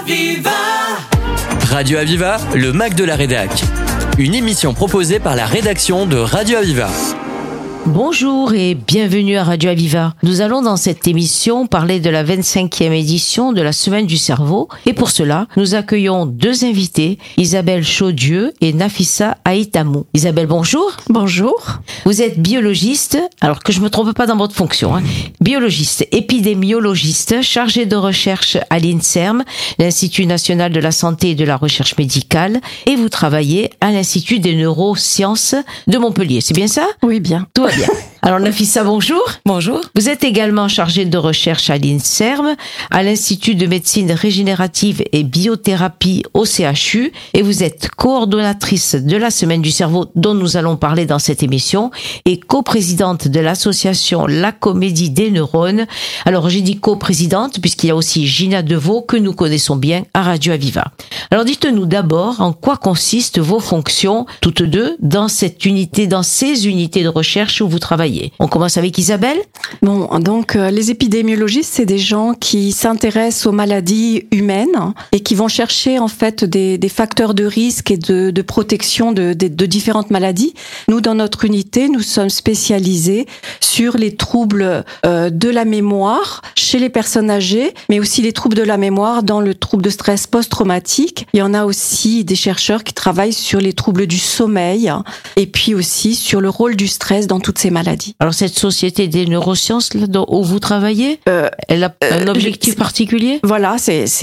Aviva. Radio Aviva, le Mac de la Rédac. Une émission proposée par la rédaction de Radio Aviva. Bonjour et bienvenue à Radio Aviva. Nous allons dans cette émission parler de la 25e édition de la Semaine du Cerveau. Et pour cela, nous accueillons deux invités, Isabelle Chaudieu et Nafissa Aïtamou. Isabelle, bonjour. Bonjour. Vous êtes biologiste, alors que je me trompe pas dans votre fonction, biologiste, épidémiologiste, chargé de recherche à l'INSERM, l'Institut national de la santé et de la recherche médicale, et vous travaillez à l'Institut des neurosciences de Montpellier. C'est bien ça? Oui, bien. Tout va bien. Alors Nafissa, bonjour. Bonjour. Vous êtes également chargée de recherche à l'INSERM, à l'Institut de médecine régénérative et biothérapie au CHU, et vous êtes coordonnatrice de la Semaine du Cerveau dont nous allons parler dans cette émission, et coprésidente de l'association La Comédie des Neurones. Alors j'ai dit coprésidente puisqu'il y a aussi Gina Deveau que nous connaissons bien à Radio Aviva. Alors dites-nous d'abord en quoi consistent vos fonctions, toutes deux, dans cette unité, dans ces unités de recherche où vous travaillez. On commence avec Isabelle. Bon, donc les épidémiologistes, c'est des gens qui s'intéressent aux maladies humaines et qui vont chercher en fait des facteurs de risque et de protection de différentes maladies. Nous, dans notre unité, nous sommes spécialisés sur les troubles de la mémoire chez les personnes âgées, mais aussi les troubles de la mémoire dans le trouble de stress post-traumatique. Il y en a aussi des chercheurs qui travaillent sur les troubles du sommeil et puis aussi sur le rôle du stress dans toutes ces maladies. Alors cette société des neurosciences là, où vous travaillez, elle a un objectif particulier? Voilà,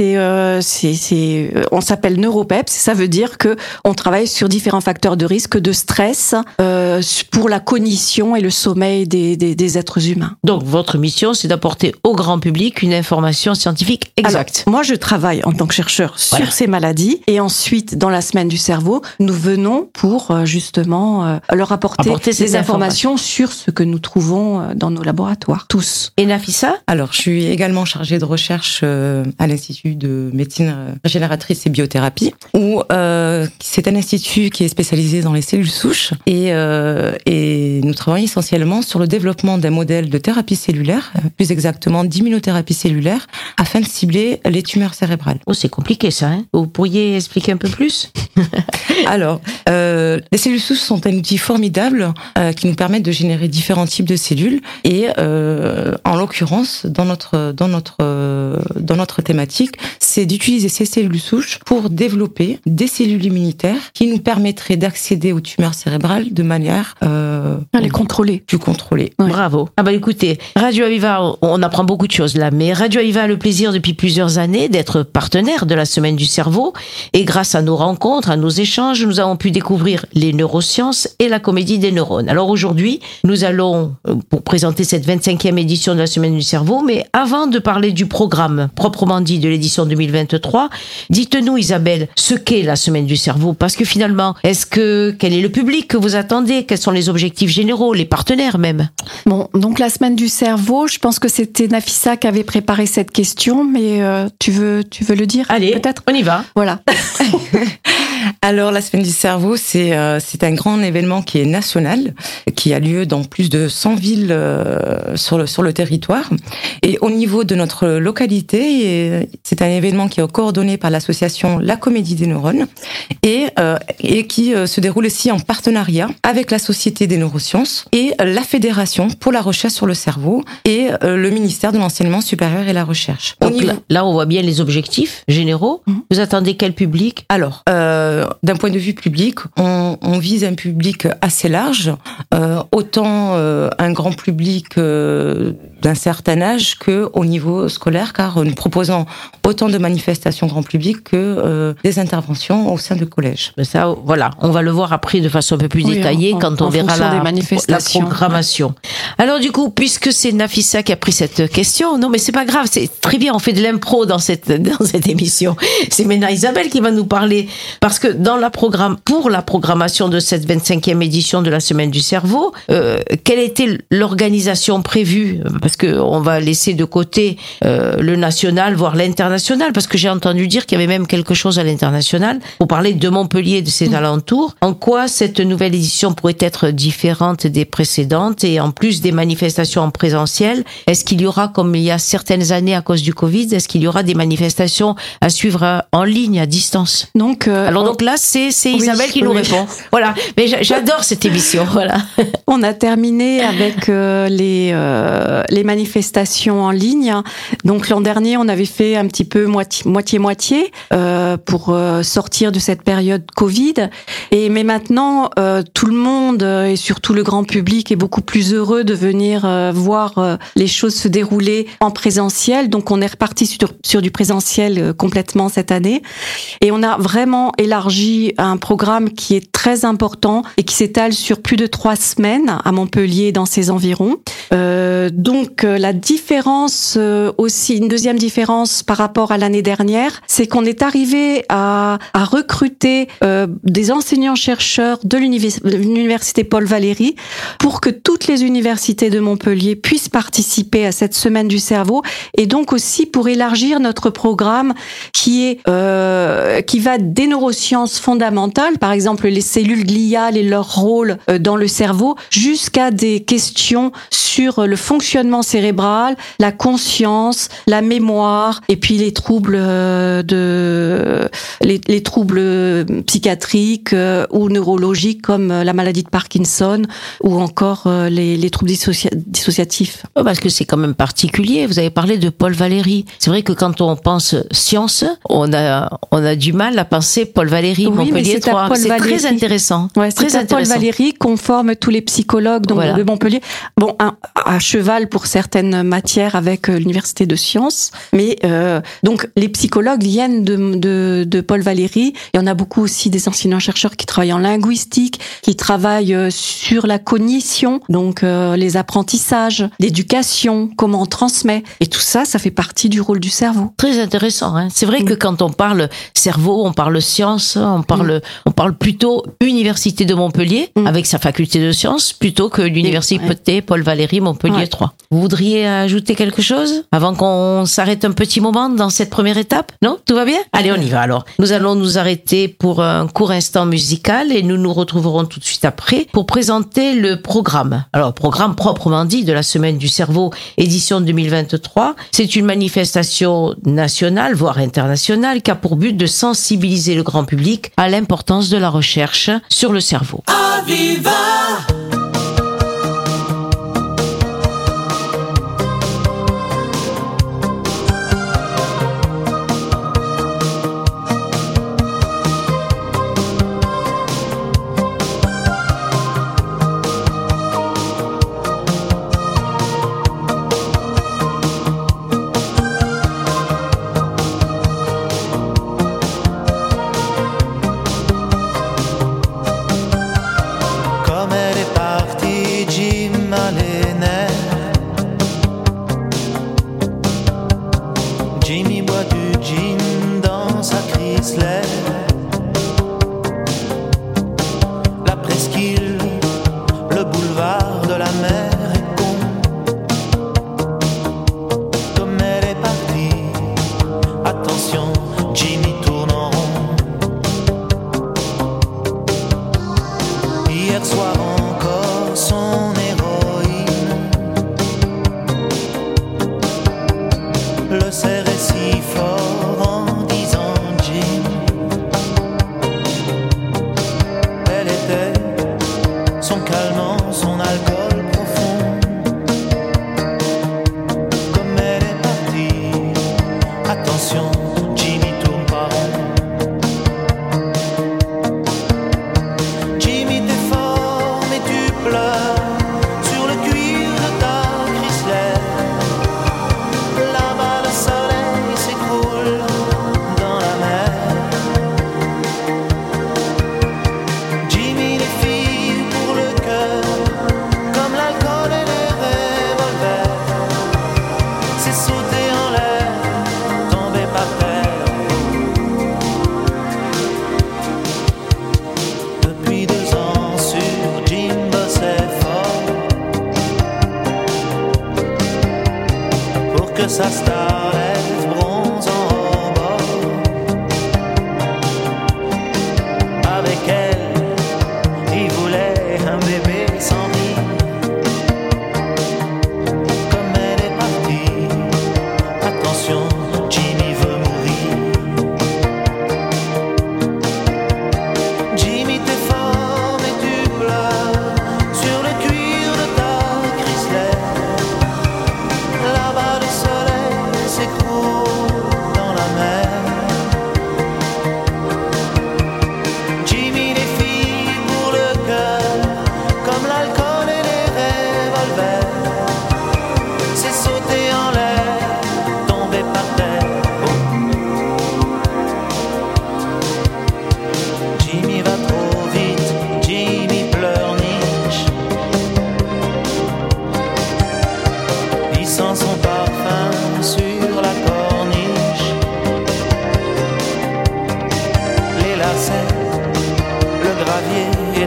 on s'appelle NeuroPeps, ça veut dire que on travaille sur différents facteurs de risque de stress pour la cognition et le sommeil des êtres humains. Donc votre mission, c'est d'apporter au grand public une information scientifique exacte. Alors, moi, je travaille en tant que chercheur sur ces maladies et ensuite, dans la Semaine du Cerveau, nous venons pour justement leur apporter des informations sur ce que nous trouvons dans nos laboratoires, tous. Et Nafissa? Alors, je suis également chargée de recherche à l'Institut de médecine régénératrice et biothérapie, où c'est un institut qui est spécialisé dans les cellules souches et nous travaillons essentiellement sur le développement d'un modèle de thérapie cellulaire, plus exactement d'immunothérapie cellulaire, afin de cibler les tumeurs cérébrales. Oh, c'est compliqué ça, hein? Vous pourriez expliquer un peu plus? Alors, les cellules souches sont un outil formidable qui nous permet de générer différents types de cellules et en l'occurrence dans notre thématique, c'est d'utiliser ces cellules souches pour développer des cellules immunitaires qui nous permettraient d'accéder aux tumeurs cérébrales de manière les contrôler. Plus contrôlée. Ouais. Bravo. Ah bah écoutez, Radio Aviva, on apprend beaucoup de choses là, mais Radio Aviva a le plaisir depuis plusieurs années d'être partenaire de la Semaine du Cerveau et grâce à nos rencontres, à nos échanges, nous avons pu découvrir les neurosciences et la comédie des neurones. Alors aujourd'hui, nous allons pour présenter cette 25e édition de la Semaine du Cerveau, mais avant de parler du programme proprement dit de l'édition 2023, dites-nous Isabelle, ce qu'est la Semaine du Cerveau, parce que finalement, quel est le public que vous attendez? Quels sont les objectifs généraux, les partenaires même? Bon, donc la Semaine du Cerveau, je pense que c'était Nafissa qui avait préparé cette question, mais tu veux le dire? Allez, peut-être. On y va. Voilà. Alors, la Semaine du Cerveau, c'est un grand événement qui est national, qui a lieu dans plus de 100 villes sur le territoire. Et au niveau de notre localité, c'est un événement qui est coordonné par l'association La Comédie des Neurones et qui se déroule aussi en partenariat avec la Société des neurosciences et la Fédération pour la recherche sur le cerveau et le ministère de l'Enseignement supérieur et la recherche. Donc là, on voit bien les objectifs généraux. Vous attendez quel public? Alors, d'un point de vue public, on vise un public assez large, autant un grand public d'un certain âge que au niveau scolaire, car nous proposons autant de manifestations grand public que des interventions au sein de collèges. Mais ça, voilà, on va le voir après de façon un peu plus détaillée quand on verra la programmation. Alors du coup, puisque c'est Nafissa qui a pris cette question, non mais c'est pas grave, c'est très bien, on fait de l'impro dans cette émission. C'est maintenant Isabelle qui va nous parler, parce que pour la programmation de cette 25e édition de la Semaine du Cerveau, quelle était l'organisation prévue? Parce que on va laisser de côté le national, voire l'international, parce que j'ai entendu dire qu'il y avait même quelque chose à l'international. Pour parler de Montpellier et de ses alentours, en quoi cette nouvelle édition pourrait être différente des précédentes, et en plus des manifestations en présentiel, est-ce qu'il y aura, comme il y a certaines années à cause du Covid, est-ce qu'il y aura des manifestations à suivre en ligne, à distance? Donc, donc là, c'est Isabelle qui nous répond. Voilà. Mais j'adore cette émission. Voilà. On a terminé avec les manifestations en ligne. Donc l'an dernier, on avait fait un petit peu moitié-moitié pour sortir de cette période Covid. Mais maintenant, tout le monde et surtout le grand public est beaucoup plus heureux de venir voir les choses se dérouler en présentiel. Donc on est reparti sur du présentiel complètement cette année. Et on a vraiment élargi un programme qui est très important et qui s'étale sur plus de 3 semaines à Montpellier et dans ses environs. Donc la différence aussi, une deuxième différence par rapport à l'année dernière, c'est qu'on est arrivé à recruter des enseignants-chercheurs de l'université Paul Valéry pour que toutes les universités de Montpellier puissent participer à cette semaine du cerveau, et donc aussi pour élargir notre programme qui va des neurosciences fondamentales, par exemple les cellules gliales et leur rôle dans le cerveau, jusqu'à des questions sur le fonctionnement cérébral, la conscience, la mémoire, et puis les troubles les troubles psychiatriques ou neurologiques comme la maladie de Parkinson ou encore les troubles dissociatifs. Parce que c'est quand même particulier. Vous avez parlé de Paul Valéry. C'est vrai que quand on pense science, on a du mal à penser Paul Valéry, oui, Montpellier 3. C'est très intéressant. Ouais, c'est à Paul Valéry qu'on forme tous les psychologues de Montpellier. Bon, à cheval pour certaines matières avec l'université de sciences, mais donc les psychologues viennent de Paul Valéry. Il y en a beaucoup aussi des enseignants-chercheurs qui travaillent en linguistique, qui travaillent sur la cognition, donc les apprentissages, l'éducation, comment on transmet. Et tout ça, ça fait partie du rôle du cerveau. Très intéressant. Hein. C'est vrai que quand on parle cerveau, on parle sciences, on parle plutôt Université de Montpellier, avec sa faculté de sciences, plutôt que l'Université Paul Valéry Montpellier 3. Vous voudriez ajouter quelque chose avant qu'on s'arrête un petit moment dans cette première étape? Non? Tout va bien? Allez, on y va alors. Nous allons nous arrêter pour un court instant musical et nous nous retrouverons tout de suite après pour présenter le programme. Alors, programme proprement dit de la Semaine du Cerveau, édition 2023. C'est une manifestation nationale, voire internationale, qui a pour but de sensibiliser le grand public à l'importance de la recherche sur le cerveau. Aviva!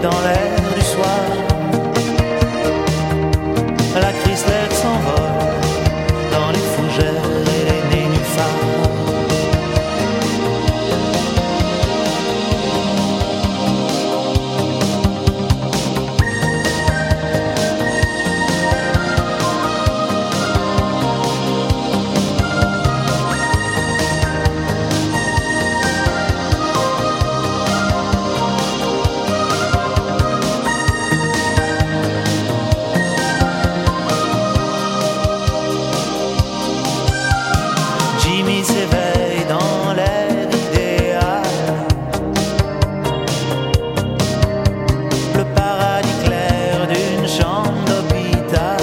dans l'air du soir. La chrysler s'envole dans les fougères et les nénuphars. Jimmy s'éveille dans l'air idéal. Le paradis clair d'une chambre d'hôpital.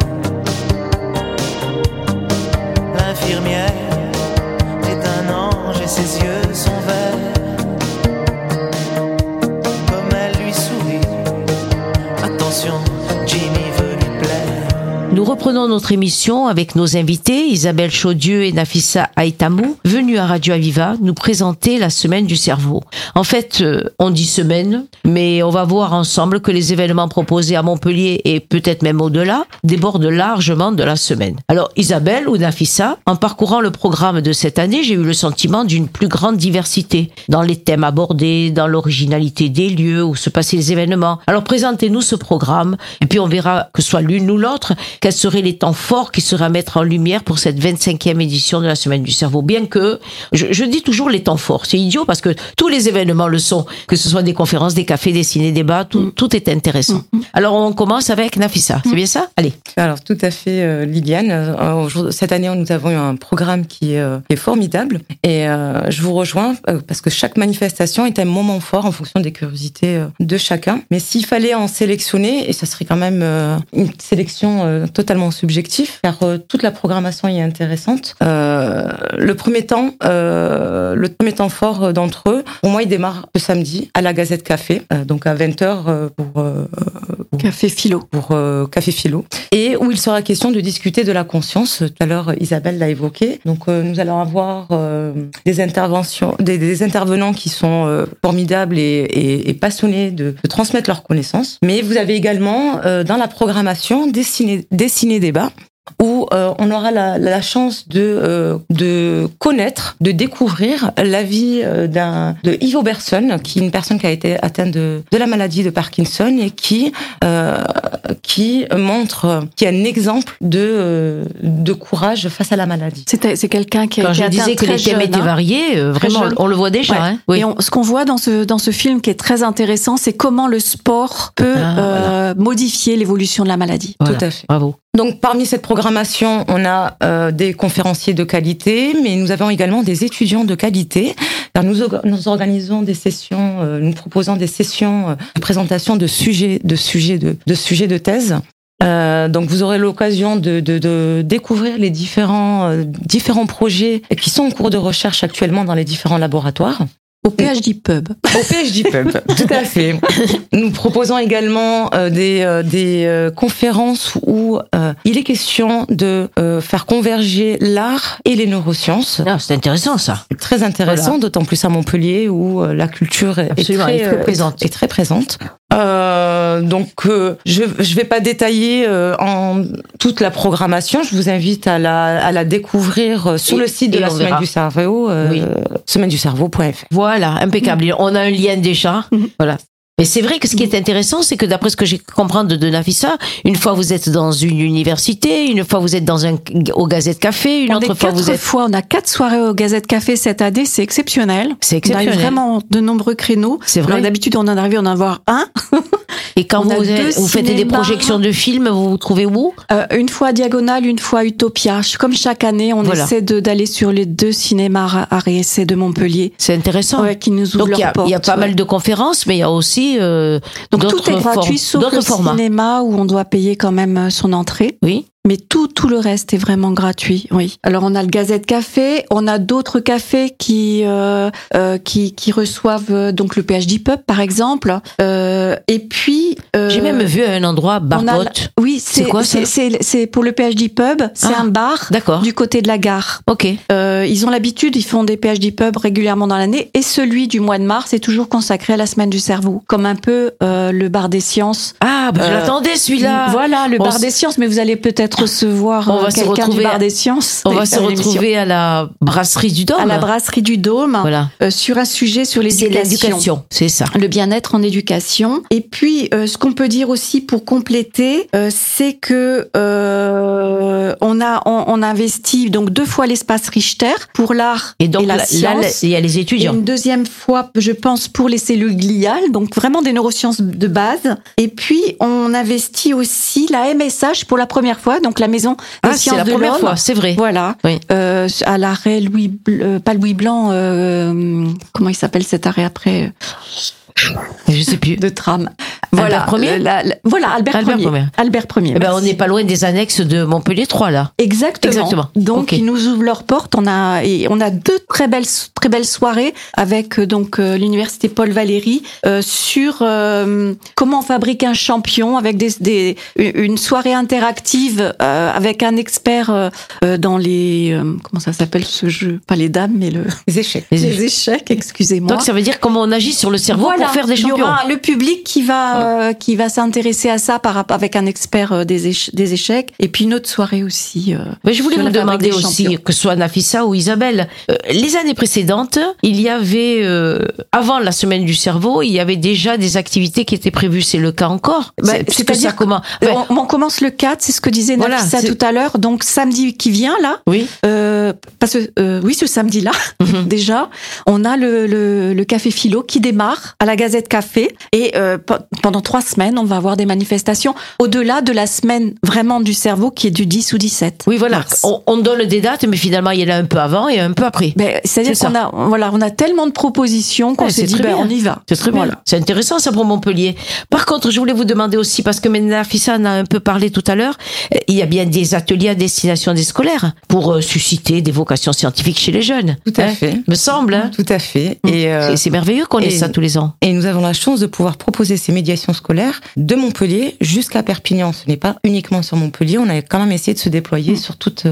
L'infirmière est un ange et ses yeux sont verts. Comme elle lui sourit, attention, Jimmy veut lui plaire. Nous reprenons notre émission avec nos invités, Isabelle Chaudieu et Nafissa Aïtamou, venus à Radio Aviva nous présenter la semaine du cerveau. En fait, on dit semaine, mais on va voir ensemble que les événements proposés à Montpellier et peut-être même au-delà débordent largement de la semaine. Alors Isabelle ou Nafissa, en parcourant le programme de cette année, j'ai eu le sentiment d'une plus grande diversité dans les thèmes abordés, dans l'originalité des lieux où se passaient les événements. Alors présentez-nous ce programme et puis on verra que soit l'une ou l'autre, quels seraient les temps forts qui seraient à mettre en lumière pour cette 25e édition de la Semaine du Cerveau. Bien que, je dis toujours les temps forts. C'est idiot parce que tous les événements le sont. Que ce soit des conférences, des cafés, des ciné-débats, tout est intéressant. Alors on commence avec Nafissa. C'est bien ça? Allez. Alors tout à fait, Liliane. Cette année, nous avons eu un programme qui est formidable. Et je vous rejoins parce que chaque manifestation est un moment fort en fonction des curiosités de chacun. Mais s'il fallait en sélectionner, et ça serait quand même une sélection totalement subjective, car toute la programmation est intéressante. Le premier temps fort d'entre eux, pour moi, il démarre le samedi à la Gazette Café, donc à 20h pour Café Philo. Café Philo, et où il sera question de discuter de la conscience. Tout à l'heure, Isabelle l'a évoqué. Donc, nous allons avoir des interventions, des intervenants qui sont formidables et passionnés de transmettre leurs connaissances. Mais vous avez également dans la programmation des ciné-débats où on aura la chance de connaître, de découvrir la vie de Yves Oberson, qui est une personne qui a été atteinte de la maladie de Parkinson et qui montre, qui est un exemple de courage face à la maladie. C'est quelqu'un qui a Quand été je atteint disais que les thèmes étaient variés, vraiment, jeune. on le voit déjà. Ouais. Hein, oui. Et ce qu'on voit dans ce film qui est très intéressant, c'est comment le sport peut modifier l'évolution de la maladie. Voilà. Tout à fait. Bravo. Donc, parmi cette programmation, on a des conférenciers de qualité, mais nous avons également des étudiants de qualité. Alors, nous organisons des sessions, nous proposons des sessions de présentation de sujets de thèse. Donc, vous aurez l'occasion de découvrir les différents projets qui sont en cours de recherche actuellement dans les différents laboratoires. Au PhD Pub. Au PhD Pub, tout à fait. Nous proposons également des conférences où il est question de faire converger l'art et les neurosciences. Ah, c'est intéressant ça. C'est très intéressant, Voilà. D'autant plus à Montpellier où la culture est très présente. Donc, je vais pas détailler en toute la programmation. Je vous invite à la découvrir sur le site de la Semaine du Cerveau, semaine-du-cerveau.fr. Voilà, impeccable. On a un lien déjà. Voilà. Mais c'est vrai que ce qui est intéressant, c'est que d'après ce que j'ai compris de Nafissa, une fois vous êtes dans une université, une fois vous êtes au Gazette Café, une autre fois on a 4 soirées au Gazette Café cette année, c'est exceptionnel. C'est exceptionnel. On a eu vraiment de nombreux créneaux. C'est vrai. Alors, d'habitude, on en arrive à en avoir un. Et quand vous faites des projections de films, vous vous trouvez où? Une fois à Diagonale, une fois à Utopia. Comme chaque année, on essaie d'aller sur les 2 cinémas Art et Essai de Montpellier. C'est intéressant. Ouais, qui nous ouvrent leurs portes. Il y a pas mal de conférences, mais il y a aussi donc tout est gratuit, sauf le cinéma où on doit payer quand même son entrée. Oui. mais tout le reste est vraiment gratuit. Oui. Alors on a le Gazette Café, on a d'autres cafés qui reçoivent donc le PhD Pub par exemple. Et puis j'ai même vu à un endroit Barbotte. Oui, c'est quoi ça? C'est pour le PhD Pub. C'est un bar. D'accord. Du côté de la gare. Ok. Ils ont l'habitude, ils font des PhD Pub régulièrement dans l'année, et celui du mois de mars est toujours consacré à la semaine du cerveau, comme un peu le bar des sciences. Ah, je l'attendais celui-là. Voilà, le bar des sciences, mais vous allez peut-être recevoir quelqu'un du bar des sciences. On va se retrouver à la brasserie du Dôme. À la brasserie du Dôme. Voilà. Sur un sujet sur l'éducation. C'est l'éducation, c'est ça. Le bien-être en éducation. Et puis, ce qu'on peut dire aussi pour compléter, c'est que on investit donc 2 fois l'espace Richter pour l'art et la science. Il y a les étudiants. Et une deuxième fois, je pense, pour les cellules gliales, donc vraiment des neurosciences de base. Et puis, on investit aussi la MSH pour la première fois, donc la maison des sciences de l'homme. C'est la première fois, c'est vrai. Voilà. Oui. À l'arrêt pas Louis Blanc, comment il s'appelle cet arrêt après? Je sais plus. De tram. Voilà. Albert Ier. Albert Ier. On n'est pas loin des annexes de Montpellier 3, là. Exactement. Donc, ils nous ouvrent leurs portes. On a 2 très belles soirées avec l'université Paul Valéry sur comment on fabrique un champion, avec une soirée interactive avec un expert dans les comment ça s'appelle ce jeu? Pas les dames, mais les échecs. Les échecs, excusez-moi. Donc ça veut dire comment on agit sur le cerveau pour faire des champions. Il y aura le public qui va s'intéresser à ça avec un expert des échecs, et puis une autre soirée aussi. Mais je voulais vous demander aussi, que ce soit Nafissa ou Isabelle, les années précédentes, il y avait avant la semaine du cerveau, il y avait déjà des activités qui étaient prévues. C'est le cas encore. C'est-à-dire comment on commence le 4, c'est ce que disait Nafissa tout à l'heure. Donc samedi qui vient là. Oui. Parce que ce samedi-là déjà, on a le café philo qui démarre à la Gazette Café, et pendant 3 semaines, on va avoir des manifestations au-delà de la semaine vraiment du cerveau qui est du 10 ou 17. Oui, voilà. On donne des dates, mais finalement, il y en a un peu avant et un peu après. C'est-à-dire qu'on a tellement de propositions qu'on s'est dit, on y va. C'est très bien. Voilà. C'est intéressant, ça, pour Montpellier. Par contre, je voulais vous demander aussi, parce que Nafissa en a un peu parlé tout à l'heure, il y a bien des ateliers à destination des scolaires pour susciter des vocations scientifiques chez les jeunes. Tout à fait. Me semble. Tout à fait. Et c'est merveilleux qu'on ait ça tous les ans. Et nous avons la chance de pouvoir proposer ces médiations scolaires de Montpellier jusqu'à Perpignan. Ce n'est pas uniquement sur Montpellier. On a quand même essayé de se déployer sur toute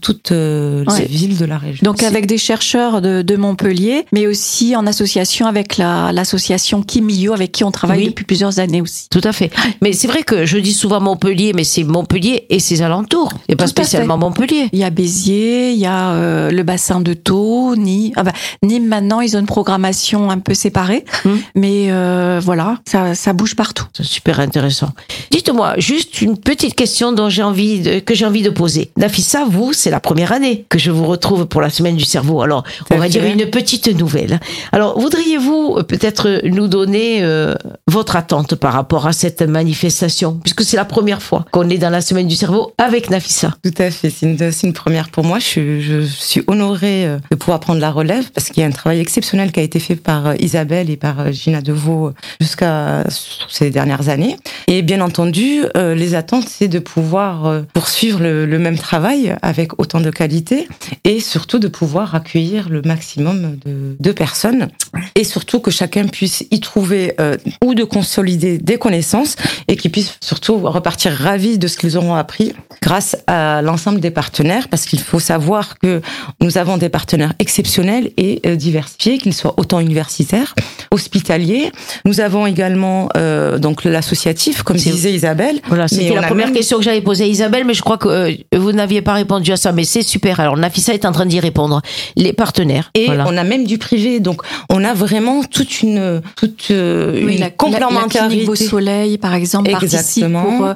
les villes de la région. Donc avec des chercheurs de Montpellier, mais aussi en association avec l'association Kimio, avec qui on travaille depuis plusieurs années aussi. Tout à fait. Mais c'est vrai que je dis souvent Montpellier, mais c'est Montpellier et ses alentours. Et pas spécialement Montpellier. Il y a Béziers, il y a le bassin de Thau, Nîmes. Nîmes maintenant, ils ont une programmation un peu séparée. Mais voilà, ça bouge partout. C'est super intéressant. Dites-moi, juste une petite question que j'ai envie de poser. Nafissa, vous, c'est la première année que je vous retrouve pour la semaine du cerveau. Alors, on va dire une petite nouvelle. Alors, voudriez-vous peut-être nous donner votre attente par rapport à cette manifestation, puisque c'est la première fois qu'on est dans la semaine du cerveau avec Nafissa? Tout à fait, c'est une première pour moi. Je suis honorée de pouvoir prendre la relève, parce qu'il y a un travail exceptionnel qui a été fait par Isabelle et par Gina Deveau jusqu'à ces dernières années. Et bien entendu, les attentes, c'est de pouvoir poursuivre le même travail avec autant de qualité, et surtout de pouvoir accueillir le maximum de personnes, et surtout que chacun puisse y trouver ou de consolider des connaissances, et qu'ils puissent surtout repartir ravis de ce qu'ils auront appris grâce à l'ensemble des partenaires, parce qu'il faut savoir que nous avons des partenaires exceptionnels et diversifiés, qu'ils soient autant universitaires, hospitaliers. Nous avons également donc l'associatif, comme disait Isabelle. Voilà, c'était la première question que j'avais posée à Isabelle, mais je crois que vous n'aviez pas répondu à ça, mais c'est super. Alors Nafissa est en train d'y répondre. Les partenaires. Et on a même du privé, donc on a vraiment toute une complémentarité. La clinique Beau Soleil, par exemple, participe pour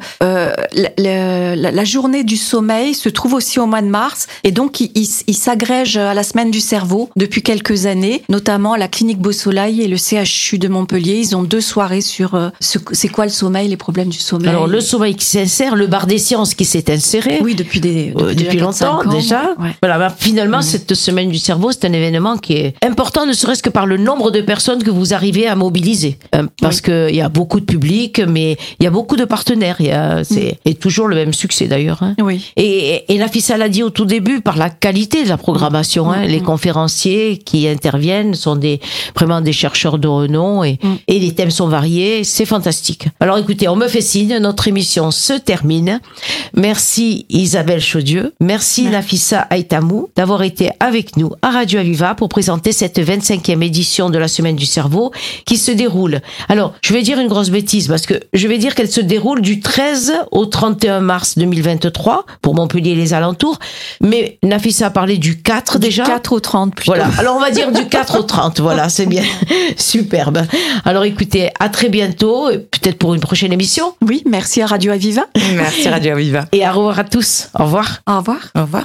la journée du sommeil se trouve aussi au mois de mars, et donc il s'agrège à la semaine du cerveau depuis quelques années, notamment la clinique Beau Soleil et le CHU de Montpellier. Ils ont 2 soirées sur c'est quoi le sommeil, les problèmes du sommeil. Alors, le sommeil qui s'insère, le bar des sciences qui s'est inséré. Oui, depuis longtemps déjà. Ouais. Voilà, finalement, cette semaine du cerveau, c'est un événement qui est important, ne serait-ce que par le nombre de personnes que vous arrivez à mobiliser. Parce qu'il y a beaucoup de public, mais il y a beaucoup de partenaires. Et toujours le même succès d'ailleurs. Hein. Oui. Et Nafissa l'a dit au tout début, par la qualité de la programmation. Hein. Les conférenciers qui interviennent sont vraiment des chercheurs de renom et les thèmes sont variés. C'est fantastique. Alors écoutez, on me fait signe, notre émission se termine. Merci Isabelle Chaudieu. Merci Nafissa Aïtamou d'avoir été avec nous à Radio Aviva pour présenter cette 25e édition de la Semaine du Cerveau qui se déroule. Alors, je vais dire une grosse bêtise parce que je vais dire qu'elle se déroule du 13 au 31 mars 2023 pour Montpellier et les alentours. Mais Nafissa a parlé du 4 déjà. Du 4 au 30 plutôt. Voilà. Alors, on va dire du 4 au 30. Voilà, c'est bien. Superbe. Alors, écoutez, à très bientôt. Peut-être pour une prochaine émission. Oui, merci à Radio Aviva. Merci Radio Aviva. Et au revoir à tous. Au revoir. Au revoir. Au revoir.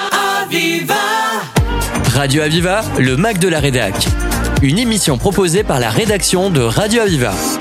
Radio Aviva, le Mac de la Rédac. Une émission proposée par la rédaction de Radio Aviva.